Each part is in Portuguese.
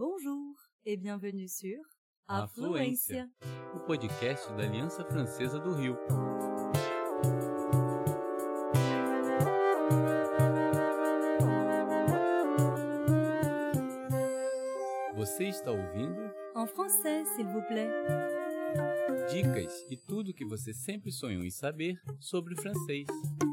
Bonjour et bienvenue sur Afluência, o podcast da Aliança Francesa do Rio. Você está ouvindo En français, s'il vous plaît. dicas e tudo que você sempre sonhou em saber sobre francês.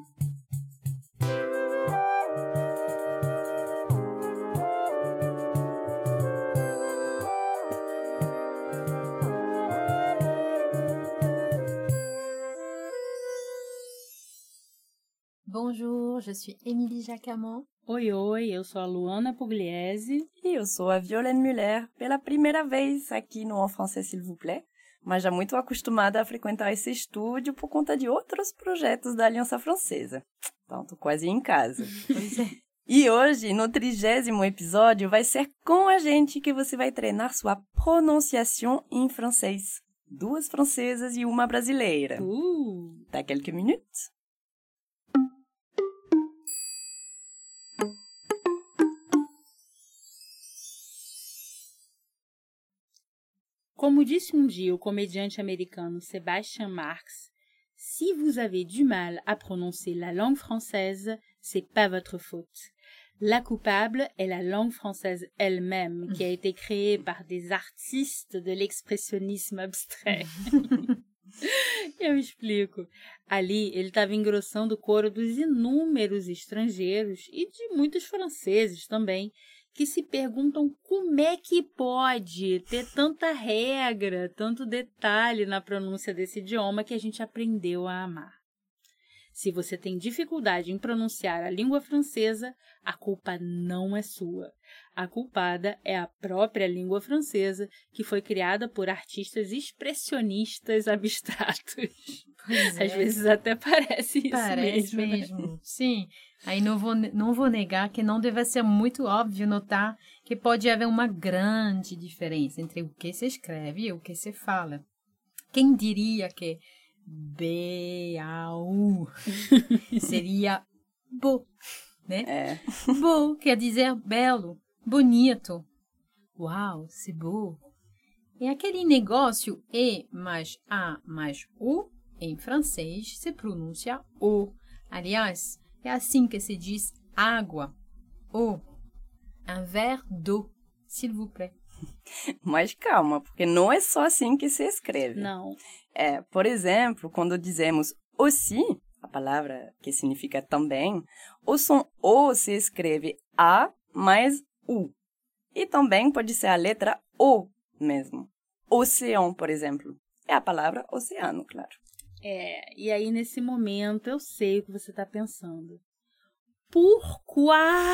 Bonjour, je suis Émilie Jacamon. Oi, eu sou a Luana Pugliese. E eu sou a Violaine Muller, pela primeira vez aqui no En français, s'il vous plaît, mas já muito acostumada a frequentar esse estúdio por conta de outros projetos da Aliança Francesa. Então, tô quase em casa. Pois é. E hoje, no 30º episódio, vai ser com a gente que você vai treinar sua prononciação em francês. 2 francesas e uma brasileira. Dá quelques minutes? Como disse um dia o comediante americano Sebastian Marx, si vous avez du mal à prononcer la langue française, c'est pas votre faute. La coupable est la langue française elle-même, qui a été créée par des artistes de l'expressionnisme abstrait. Eu explico. Ali, ele estava engrossando o coro dos inúmeros estrangeiros e de muitos franceses também, que se perguntam como é que pode ter tanta regra, tanto detalhe na pronúncia desse idioma que a gente aprendeu a amar. Se você tem dificuldade em pronunciar a língua francesa, a culpa não é sua. A culpada é a própria língua francesa, que foi criada por artistas expressionistas abstratos. Às vezes até parece isso Parece mesmo. mesmo. Sim. Aí não vou negar que não deve ser muito óbvio notar que pode haver uma grande diferença entre o que se escreve e o que se fala. Quem diria que B-A-U seria beau, né? É. Beau quer dizer belo, bonito. Uau, c'est beau. E aquele negócio E mais A mais U, em francês, se pronuncia O. Aliás, é assim que se diz água. O. Un verre d'eau, s'il vous plaît. Mas calma, porque não é só assim que se escreve. Não. Por exemplo, quando dizemos aussi, a palavra que significa também, o som O se escreve A mais U. E também pode ser a letra O mesmo. Oceano, por exemplo. É a palavra oceano, claro. E aí nesse momento eu sei o que você está pensando. Pourquoi?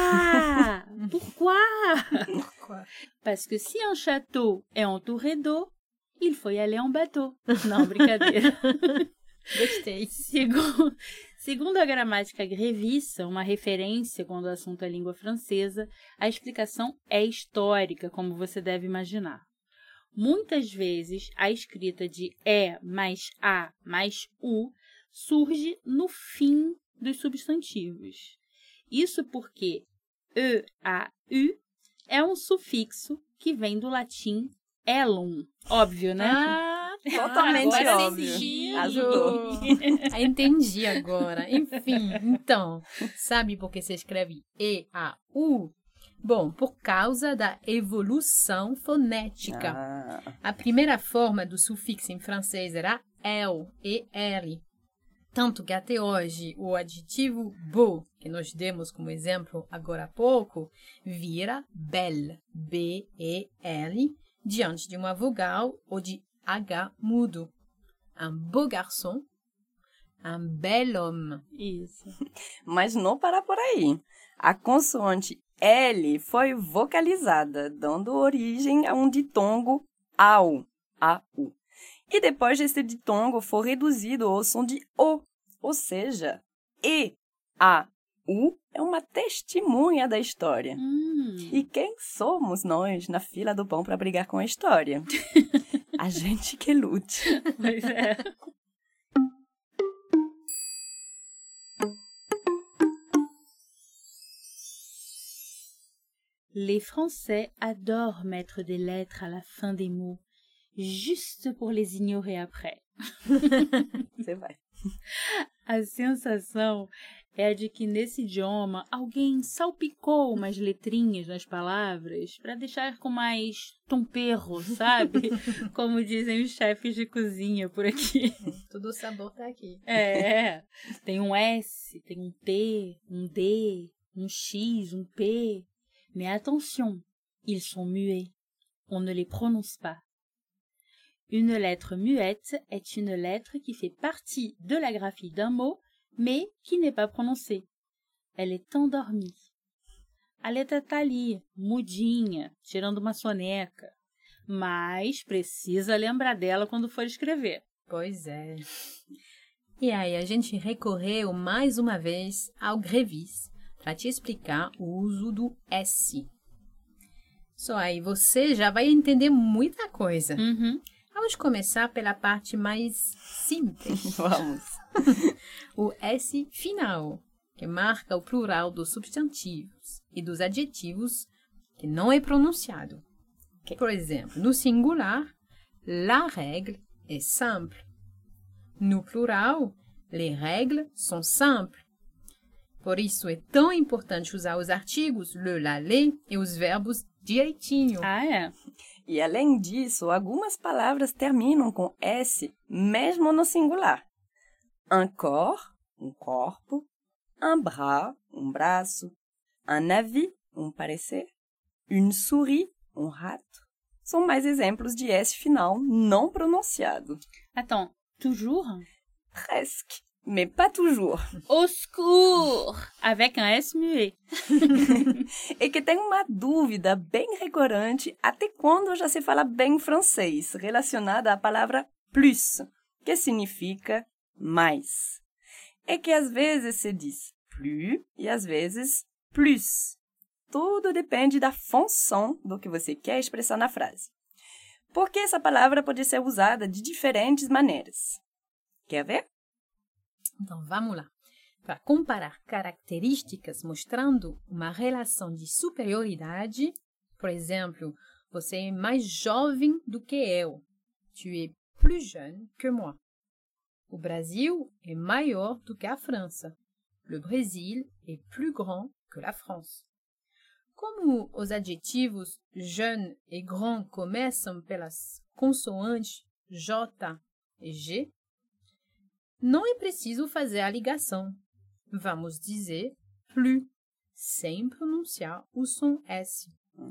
Pourquoi? Parce que si un château est entouré d'eau, il faut y aller en bateau. Não, brincadeira. Gostei. Segundo a gramática Grevissa, uma referência quando o assunto é língua francesa, a explicação é histórica, como você deve imaginar. Muitas vezes, a escrita de E mais A mais U surge no fim dos substantivos. Isso porque E-A-U é um sufixo que vem do latim elum. Óbvio, né? Totalmente agora óbvio. Ajudou. Entendi agora. Enfim, então, sabe por que se escreve E-A-U? Bom, por causa da evolução fonética. A primeira forma do sufixo em francês era L, E-L. Tanto que até hoje o adjetivo beau, que nós demos como exemplo agora há pouco, vira belle, B-E-L, diante de uma vogal ou de H mudo. Un beau garçon, un bel homme. Isso. Mas não para por aí. A consoante L foi vocalizada, dando origem a um ditongo AU, A-U. E depois desse ditongo foi reduzido ao som de O, ou seja, E-A-U é uma testemunha da história. E quem somos nós na fila do pão para brigar com a história? A gente que lute. Pois é. Les Français adorent mettre des lettres à la fin des mots, juste pour les ignorer après. Você vai. A sensação é a de que nesse idioma alguém salpicou umas letrinhas nas palavras para deixar com mais tomperro, sabe? Como dizem os chefes de cozinha por aqui. Todo o sabor tá aqui. É, tem um S, tem um T, um D, um X, um P. Mais attention, ils sont muets. On ne les prononce pas. Une lettre muette est une lettre qui fait partie de la graphie d'un mot, mais qui n'est pas prononcée. Elle est endormie. A letra tá ali, mudinha, tirando uma soneca, mas precisa lembrar dela quando for escrever. Pois é. E aí, a gente recorreu mais uma vez ao Grévis para te explicar o uso do S. Só aí você já vai entender muita coisa. Vamos começar pela parte mais simples. Vamos. O S final, que marca o plural dos substantivos e dos adjetivos que não é pronunciado. Okay. Por exemplo, no singular, la règle est simple. No plural, les règles sont simples. Por isso é tão importante usar os artigos le, la, les e os verbos direitinho. Ah, é? E além disso, algumas palavras terminam com S, mesmo no singular. Un corps, um corpo. Un bras, um braço. Un avis, um parecer. Une souris, um rato. São mais exemplos de S final não pronunciado. Attends, toujours? Presque, mais pas toujours. Au secours! Avec un S muet. E que tem uma dúvida bem recorrente até quando já se fala bem francês, relacionada à palavra plus, que significa mais. É que às vezes se diz plus e às vezes plus. Tudo depende da função do que você quer expressar na frase. Porque essa palavra pode ser usada de diferentes maneiras. Quer ver? Então, vamos lá. Para comparar características mostrando uma relação de superioridade, por exemplo, você é mais jovem do que eu. Tu es plus jeune que moi. O Brasil é maior do que a França. Le Brésil est plus grand que la France. Como os adjetivos jeune e grand começam pelas consoantes J e G, não é preciso fazer a ligação. Vamos dizer plus, sem pronunciar o som S.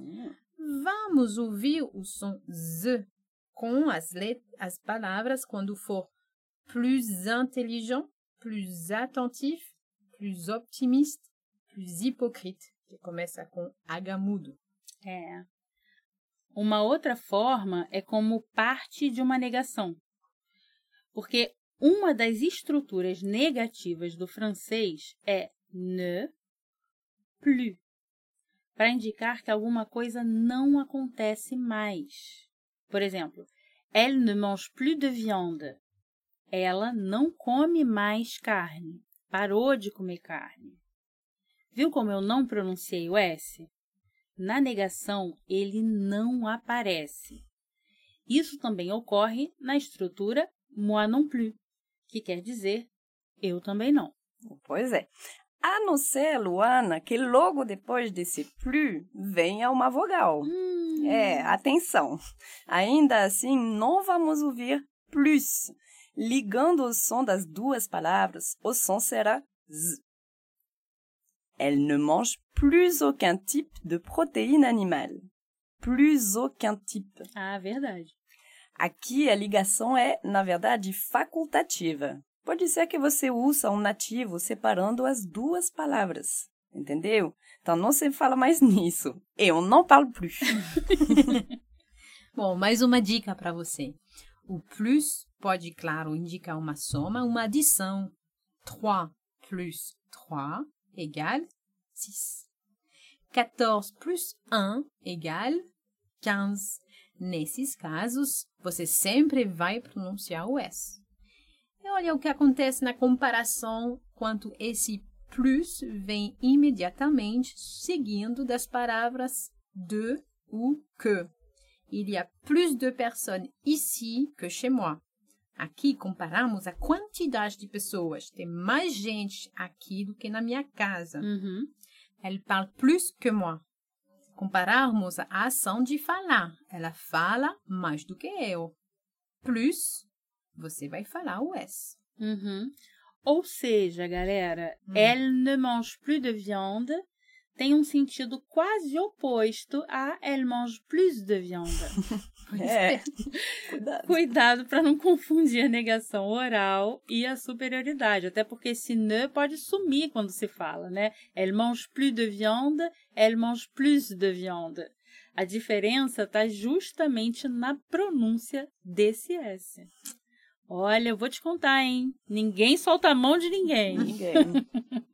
Vamos ouvir o som Z com as palavras quando for plus intelligent, plus attentif, plus optimiste, plus hypocrite, que começa com H mudo. É. Uma outra forma é como parte de uma negação. Porque uma das estruturas negativas do francês é ne plus, para indicar que alguma coisa não acontece mais. Por exemplo, elle ne mange plus de viande. Ela não come mais carne. Parou de comer carne. Viu como eu não pronunciei o S? Na negação, ele não aparece. Isso também ocorre na estrutura moi non plus, que quer dizer eu também não. Pois é. A não ser, Luana, que logo depois desse plus venha uma vogal. Atenção. Ainda assim, não vamos ouvir plus. Ligando o som das duas palavras, o som será z. Elle ne mange plus aucun type de protéine animale. Plus aucun type. Ah, verdade. Aqui a ligação é, na verdade, facultativa. Pode ser que você use um nativo separando as duas palavras. Entendeu? Então não se fala mais nisso. Eu não falo plus. Bom, mais uma dica para você. O plus pode, claro, indicar uma soma, uma adição. 3 plus 3 égale 6. 14 plus 1 égale 15. Nesses casos, você sempre vai pronunciar o S. E olha o que acontece na comparação quando esse plus vem imediatamente seguindo das palavras de ou que. Il y a plus de personnes ici que chez moi. Aqui comparamos a quantidade de pessoas. Tem mais gente aqui do que na minha casa. Elle parle plus que moi. Compararmos a ação de falar. Ela fala mais do que eu. Plus, você vai falar o S. Ou seja, galera, elle ne mange plus de viande tem um sentido quase oposto a elle mange plus de viande. Cuidado. Cuidado para não confundir a negação oral e a superioridade, até porque esse ne pode sumir quando se fala, né? Elle mange plus de viande, elle mange plus de viande. A diferença está justamente na pronúncia desse S. Olha, eu vou te contar, hein? Ninguém solta a mão de ninguém. Ninguém.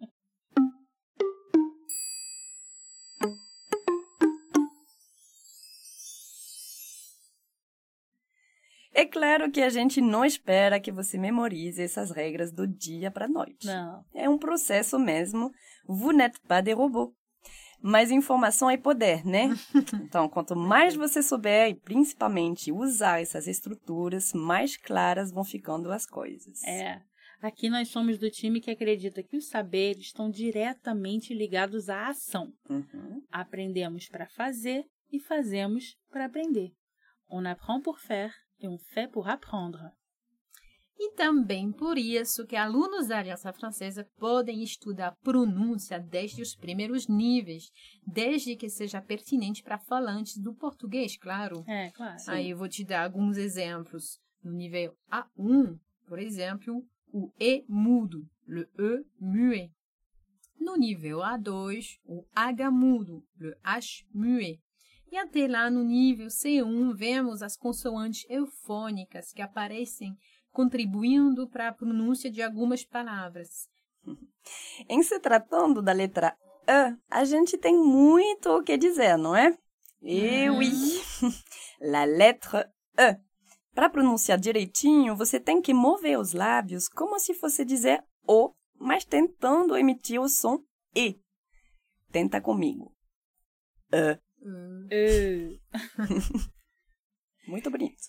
É claro que a gente não espera que você memorize essas regras do dia para a noite. Não. É um processo mesmo. Vous n'êtes pas des robots. Mas informação é poder, né? Então, quanto mais você souber e principalmente usar essas estruturas, mais claras vão ficando as coisas. Aqui nós somos do time que acredita que os saberes estão diretamente ligados à ação. Aprendemos para fazer e fazemos para aprender. On apprend pour faire et on fait pour apprendre. E também por isso que alunos da Aliança Francesa podem estudar pronúncia desde os primeiros níveis, desde que seja pertinente para falantes do português, claro. Claro. Aí eu vou te dar alguns exemplos. No nível A1, por exemplo, o E mudo, le E muet. No nível A2, o H mudo, le H muet. E até lá no nível C1, vemos as consoantes eufônicas que aparecem contribuindo para a pronúncia de algumas palavras. Em se tratando da letra E, a gente tem muito o que dizer, não é? Oui, la lettre E. Para pronunciar direitinho, você tem que mover os lábios como se fosse dizer O, mas tentando emitir o som E. Tenta comigo. Muito bonito.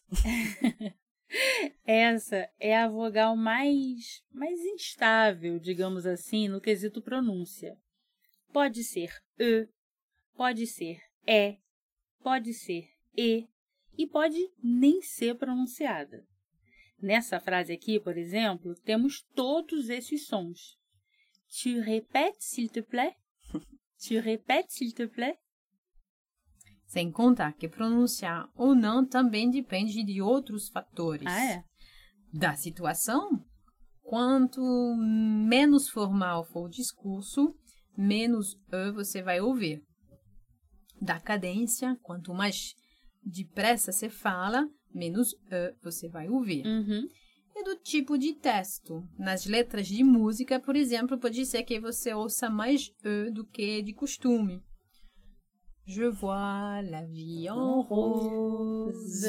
Essa é a vogal mais instável, digamos assim, no quesito pronúncia. Pode ser E, pode ser E, pode ser E e pode nem ser pronunciada. Nessa frase aqui, por exemplo, temos todos esses sons. Tu répètes, s'il te plaît? Tu répètes, s'il te plaît? Sem contar que pronunciar ou não também depende de outros fatores. Da situação. Quanto menos formal for o discurso, menos E você vai ouvir. Da cadência, quanto mais depressa você fala, menos E você vai ouvir. E do tipo de texto. Nas letras de música, por exemplo, pode ser que você ouça mais E do que de costume. Je vois la vie en rose.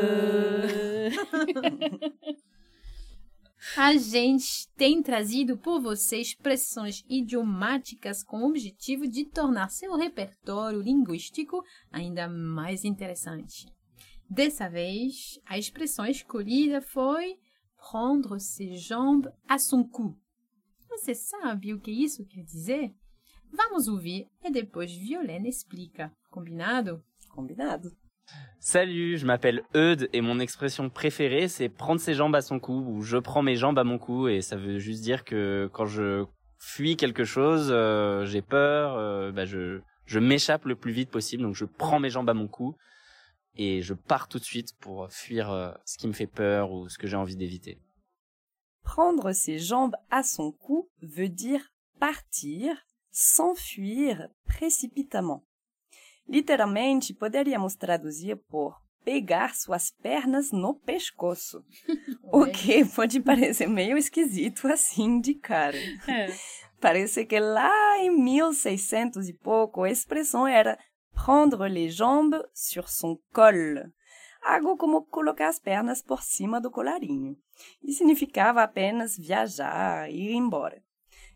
A gente tem trazido por você expressões idiomáticas com o objetivo de tornar seu repertório linguístico ainda mais interessante. Dessa vez, a expressão escolhida foi prendre ses jambes à son cou. Você sabe o que isso quer dizer? Vamos ouvir et depois Violaine explica. Combinado? Combinado. Salut, je m'appelle Eudes et mon expression préférée c'est prendre ses jambes à son cou ou je prends mes jambes à mon cou et ça veut juste dire que quand je fuis quelque chose, j'ai peur, je m'échappe le plus vite possible donc je prends mes jambes à mon cou et je pars tout de suite pour fuir ce qui me fait peur ou ce que j'ai envie d'éviter. Prendre ses jambes à son cou veut dire partir, s'enfuir précipitamment. Literalmente, poderíamos traduzir por pegar suas pernas no pescoço. O que pode parecer meio esquisito assim de cara. Parece que lá em 1600 e pouco, a expressão era prendre les jambes sur son col. Algo como colocar as pernas por cima do colarinho. E significava apenas viajar, ir embora.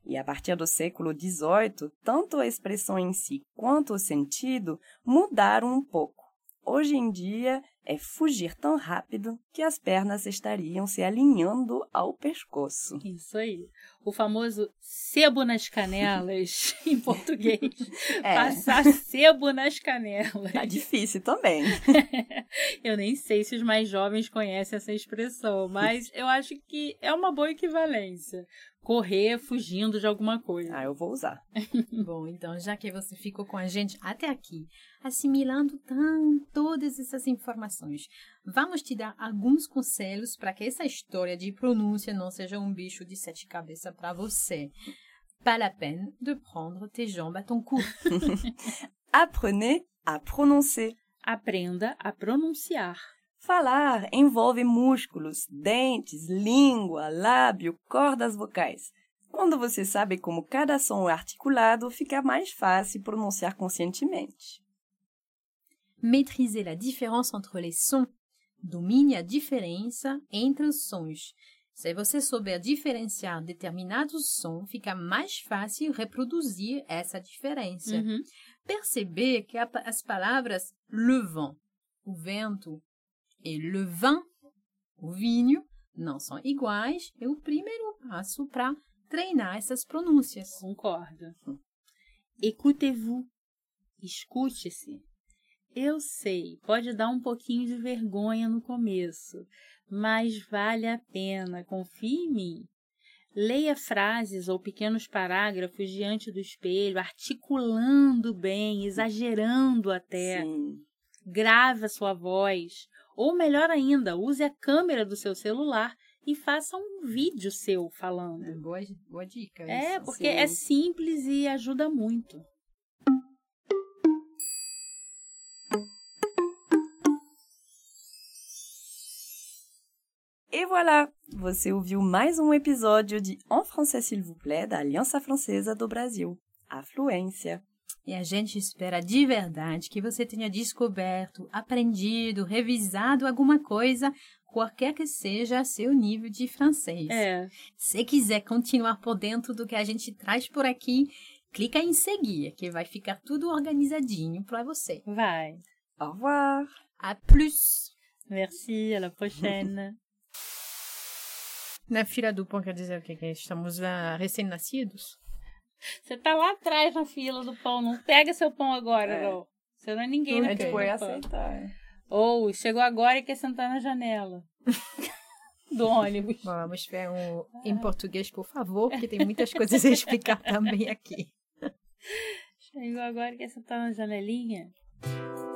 E a partir do século XVIII, tanto a expressão em si quanto o sentido mudaram um pouco. Hoje em dia, é fugir tão rápido que as pernas estariam se alinhando ao pescoço. Isso aí. O famoso sebo nas canelas, em português. Passar sebo nas canelas. Tá difícil também. Eu nem sei se os mais jovens conhecem essa expressão, mas eu acho que é uma boa equivalência. Correr fugindo de alguma coisa. Eu vou usar. Bom, então, já que você ficou com a gente até aqui, assimilando todas essas informações, vamos te dar alguns conselhos para que essa história de pronúncia não seja um bicho de 7 cabeças para você. Pas la peine de prendre tes jambes à ton cou. Apprenez à prononcer. Aprenda a pronunciar. Falar envolve músculos, dentes, língua, lábio, cordas vocais. Quando você sabe como cada som é articulado, fica mais fácil pronunciar conscientemente. Maîtriser la différence entre les sons. Domine a diferença entre os sons. Se você souber diferenciar determinados sons, fica mais fácil reproduzir essa diferença. Perceber que as palavras le vent, o vento, e le vin, o vinho, não são iguais. É o primeiro passo para treinar essas pronúncias. Concordo. Écoutez-vous. Escute-se. Eu sei, pode dar um pouquinho de vergonha no começo, mas vale a pena, confie em mim. Leia frases ou pequenos parágrafos diante do espelho, articulando bem, exagerando até. Sim. Grave a sua voz. Ou melhor ainda, use a câmera do seu celular e faça um vídeo seu falando. Boa dica. Porque é simples e ajuda muito. E voilà! Você ouviu mais um episódio de En Français s'il vous plaît da Aliança Francesa do Brasil, a Fluência. E a gente espera de verdade que você tenha descoberto, aprendido, revisado alguma coisa, qualquer que seja seu nível de francês. Se quiser continuar por dentro do que a gente traz por aqui, clica em seguir, que vai ficar tudo organizadinho para você. Vai. Au revoir! A plus! Merci, à la prochaine. Na fila do pão quer dizer o quê? Que estamos recém-nascidos? Você tá lá atrás na fila do pão, não pega seu pão agora, não. Você não é ninguém na A gente fila foi do pão. aceitar. Ou chegou agora e quer sentar na janela do ônibus. Bom, vamos ver em português, por favor, porque tem muitas coisas a explicar também aqui. Chegou agora e quer sentar na janelinha.